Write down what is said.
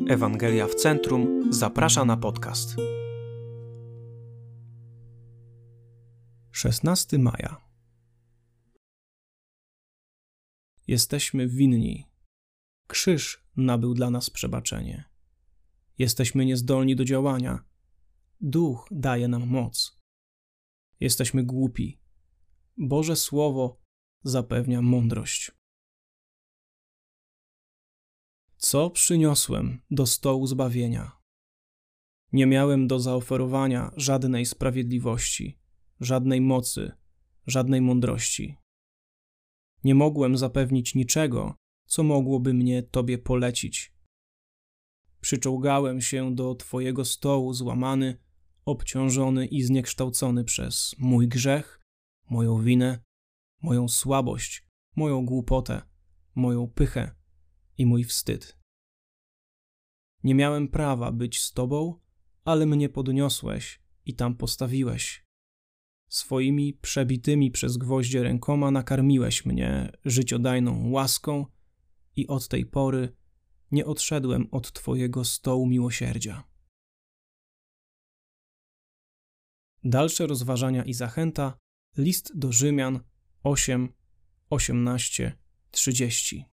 Ewangelia w Centrum zaprasza na podcast. 16 maja. Jesteśmy winni. Krzyż nabył dla nas przebaczenie. Jesteśmy niezdolni do działania. Duch daje nam moc. Jesteśmy głupi. Boże Słowo zapewnia mądrość. Co przyniosłem do stołu zbawienia? Nie miałem do zaoferowania żadnej sprawiedliwości, żadnej mocy, żadnej mądrości. Nie mogłem zapewnić niczego, co mogłoby mnie Tobie polecić. Przyczołgałem się do Twojego stołu złamany, obciążony i zniekształcony przez mój grzech, moją winę, moją słabość, moją głupotę, moją pychę i mój wstyd. Nie miałem prawa być z Tobą, ale mnie podniosłeś i tam postawiłeś. Swoimi przebitymi przez gwoździe rękoma nakarmiłeś mnie życiodajną łaską i od tej pory nie odszedłem od Twojego stołu miłosierdzia. Dalsze rozważania i zachęta. List do Rzymian 8, 18, 30.